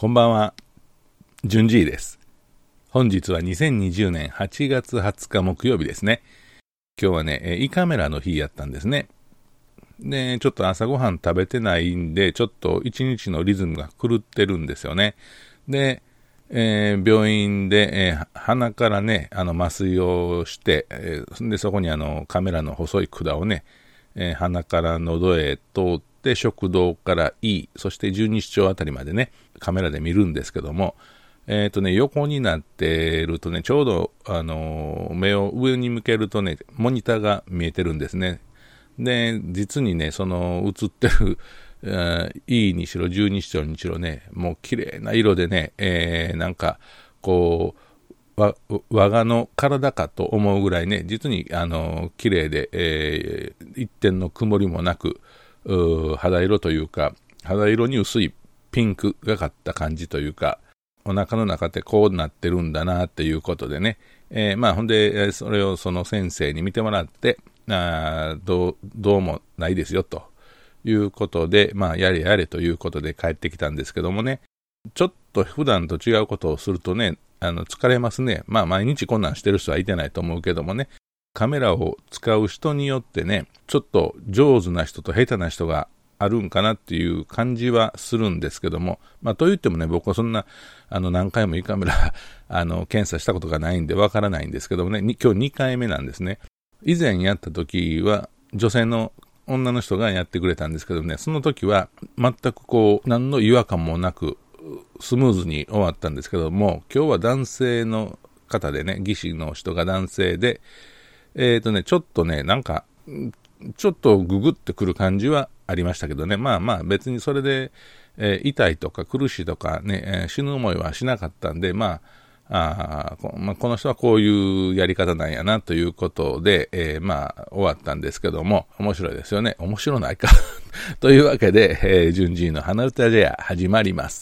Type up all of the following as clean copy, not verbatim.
こんばんは、じゅんじいです。本日は2020年8月20日木曜日ですね。今日はね、胃カメラの日やったんですね。で、ちょっと朝ごはん食べてないんで、ちょっと一日のリズムが狂ってるんですよね。で、病院で、鼻からね、麻酔をして、で、そこにカメラの細い管をね、鼻から喉へ通って、食道から胃、そして十二指腸あたりまでね、カメラで見るんですけども、横になってるとね、ちょうど、目を上に向けるとね、モニターが見えてるんですね。で、実にね、その映ってる、胃にしろ、十二指腸にしろね、もう綺麗な色でね、なんか、こう、我がの体かと思うぐらいね、実に、綺麗で、一点の曇りもなく、肌色というか、肌色に薄いピンクがかった感じというか、お腹の中ってこうなってるんだなっていうことでね、ほんで、それをその先生に見てもらって、どうもないですよということで、やれやれということで帰ってきたんですけどもね、ちょっと普段と違うことをするとね、疲れますね。毎日こんなんしてる人はいてないと思うけどもね、カメラを使う人によってね、ちょっと上手な人と下手な人があるんかなっていう感じはするんですけども、と言ってもね、僕はそんな何回も胃カメラ検査したことがないんでわからないんですけどもね、今日2回目なんですね。以前やった時は女性の女の人がやってくれたんですけどね、その時は全くこう何の違和感もなくスムーズに終わったんですけども、今日は男性の方でね、技師の人が男性で、ちょっとね、なんかちょっとググってくる感じはありましたけどね、別にそれで、痛いとか苦しいとかね、死ぬ思いはしなかったんで、この人はこういうやり方なんやなということで、終わったんですけども、面白いですよね。面白ないかというわけで、じゅんじいの鼻歌ジェア始まります。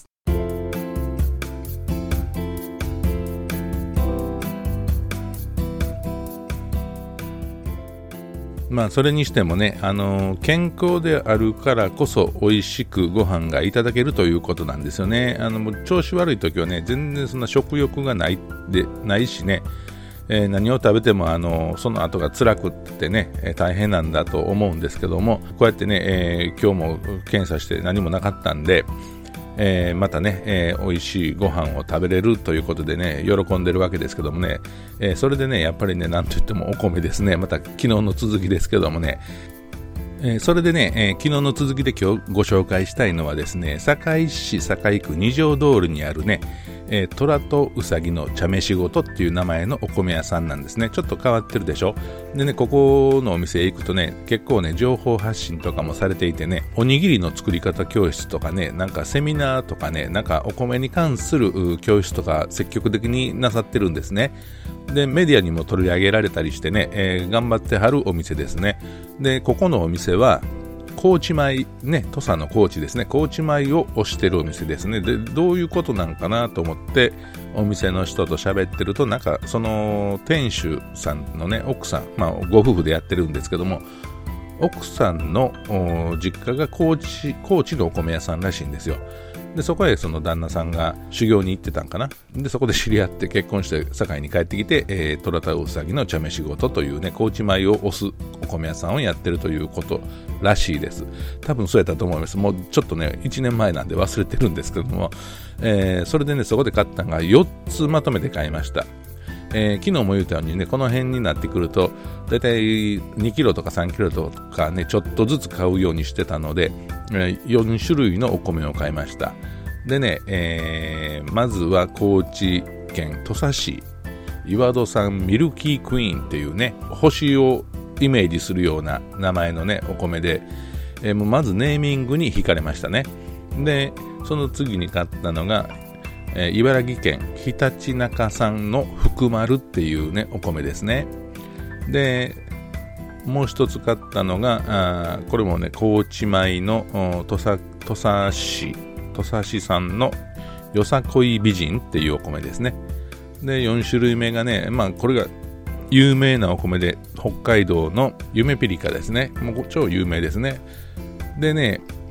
それにしてもね、健康であるからこそ美味しくご飯がいただけるということなんですよね。もう調子悪い時はね、全然そんな食欲がないしね、何を食べてもその後が辛くってね、大変なんだと思うんですけども、こうやってね、今日も検査して何もなかったんで、またね、美味しいご飯を食べれるということでね、喜んでるわけですけどもね、それでね、やっぱりね、なんといってもお米ですね。また昨日の続きですけどもね、それでね、昨日の続きで今日ご紹介したいのはですね、堺市堺区二条通りにあるね、虎とうさぎの茶飯ごとっていう名前のお米屋さんなんですね。ちょっと変わってるでしょ。でね、ここのお店へ行くとね、結構ね、情報発信とかもされていてね、おにぎりの作り方教室とかね、なんかセミナーとかね、なんかお米に関する教室とか積極的になさってるんですね。で、メディアにも取り上げられたりしてね、頑張ってはるお店ですね。で、ここのお店は高知米ね、土佐の高知ですね、高知米を推してるお店ですね。で、どういうことなんかなと思ってお店の人と喋ってると、なんかその店主さんのね、奥さん、ご夫婦でやってるんですけども、奥さんの実家が高知のお米屋さんらしいんですよ。で、そこへその旦那さんが修行に行ってたんかな。で、そこで知り合って結婚して堺に帰ってきて、虎田うさぎの茶飯ごとというね、高知米を推すお米屋さんをやってるということらしいです。多分そうやったと思います。もうちょっとね、1年前なんで忘れてるんですけども、それでね、そこで買ったのが4つまとめて買いました。昨日も言ったようにね、この辺になってくるとだいたい2キロとか3キロとかね、ちょっとずつ買うようにしてたので、4種類のお米を買いました。でね、まずは高知県土佐市岩戸産ミルキークイーンっていうね、星をイメージするような名前のね、お米で、まずネーミングに惹かれましたね。で、その次に買ったのが茨城県ひたちなか産の福丸っていうね、お米ですね。で、もう一つ買ったのがこれもね、高知米の土佐市産のよさこい美人っていうお米ですね。で、4種類目がね、これが有名なお米で北海道のゆめぴりかですね。もう超有名ですね。でね、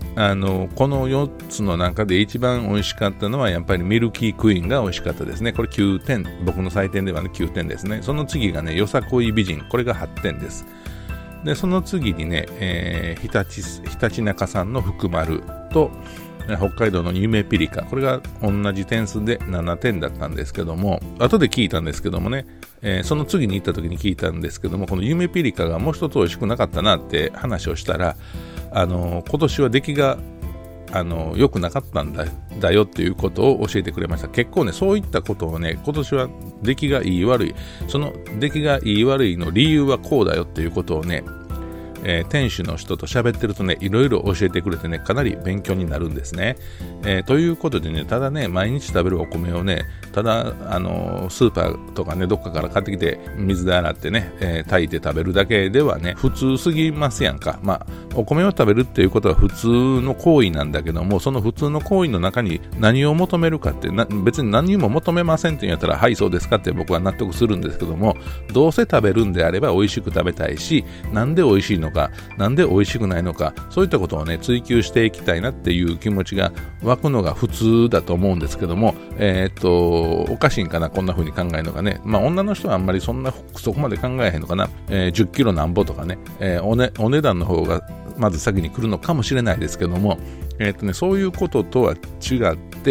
この4つの中で一番美味しかったのはやっぱりミルキークイーンが美味しかったですね。これ9点、僕の採点ではね9点ですね。その次がねよさこい美人、これが8点です。でその次にね、ひたちなかさんの福丸と北海道の夢ピリカ、これが同じ点数で7点だったんですけども、後で聞いたんですけどもね、その次に行った時に聞いたんですけども、この夢ピリカがもう一つ美味しくなかったなって話をしたら、今年は出来が良くなかったんだよっていうことを教えてくれました。結構ねそういったことをね、今年は出来がいい悪い、その出来がいい悪いの理由はこうだよっていうことをね、店主の人と喋ってるとねいろいろ教えてくれてね、かなり勉強になるんですね。ということでね、ただね毎日食べるお米をね、ただスーパーとかねどっかから買ってきて水で洗ってね、炊いて食べるだけではね普通すぎますやんか。まあお米を食べるっていうことは普通の行為なんだけども、その普通の行為の中に何を求めるかって別に何も求めませんって言うんやったらはいそうですかって僕は納得するんですけども、どうせ食べるんであれば美味しく食べたいし、なんで美味しいのか、なんで美味しくないのか、そういったことをね追求していきたいなっていう気持ちが湧くのが普通だと思うんですけども、おかしいんかなこんな風に考えるのがね。まあ女の人はあんまりそこまで考えへんのかな。10キロなんぼとかね、お値段の方がまず先に来るのかもしれないですけども、そういうこととは違って、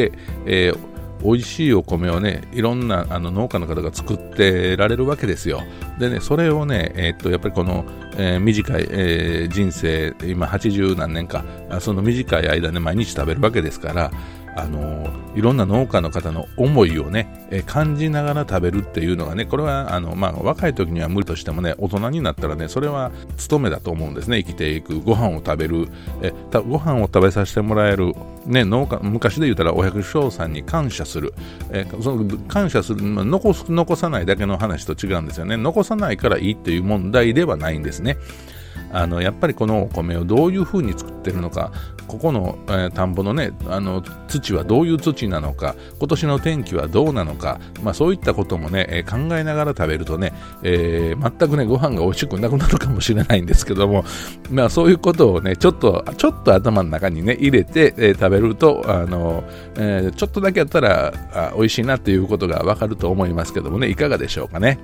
美味しいお米をねいろんな農家の方が作ってられるわけですよ。でねそれをね、やっぱりこの、短い、人生今80何年か、その短い間ね毎日食べるわけですから、いろんな農家の方の思いをね、感じながら食べるっていうのがね、これは若い時には無理としてもね、大人になったらねそれは務めだと思うんですね。生きていく、ご飯を食べる、ご飯を食べさせてもらえる、ね、昔で言うたらお百姓さんに感謝する、その感謝する、残さないだけの話と違うんですよね。残さないからいいっていう問題ではないんですね。やっぱりこのお米をどういう風に作ってるのか、ここの、田んぼのね土はどういう土なのか、今年の天気はどうなのか、そういったこともね、考えながら食べるとね、全くねご飯が美味しくなくなるかもしれないんですけども、そういうことをねちょっと頭の中にね入れて、食べるとちょっとだけやったら美味しいなっていうことがわかると思いますけどもね、いかがでしょうかね。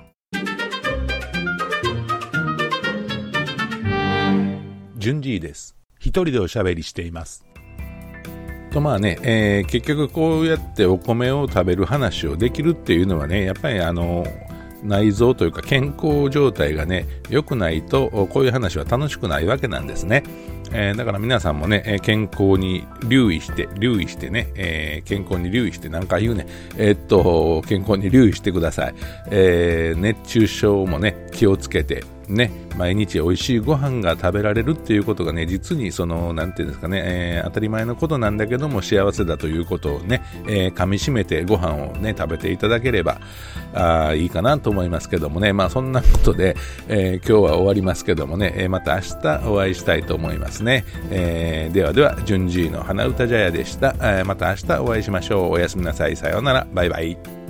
順次です。一人でおしゃべりしていますと。結局こうやってお米を食べる話をできるっていうのはね、やっぱり内臓というか健康状態がね良くないとこういう話は楽しくないわけなんですね。だから皆さんもね、健康に留意してね、健康に留意して何回言うね、健康に留意してください。熱中症もね気をつけてね、毎日美味しいご飯が食べられるっていうことがね、実になんていうんですかね、当たり前のことなんだけども幸せだということをね、噛み締めてご飯をね食べていただければいいかなと思いますけどもね。そんなことで、今日は終わりますけどもね、また明日お会いしたいと思いますね。では順次の花歌茶屋でした。また明日お会いしましょう。おやすみなさい。さようなら。バイバイ。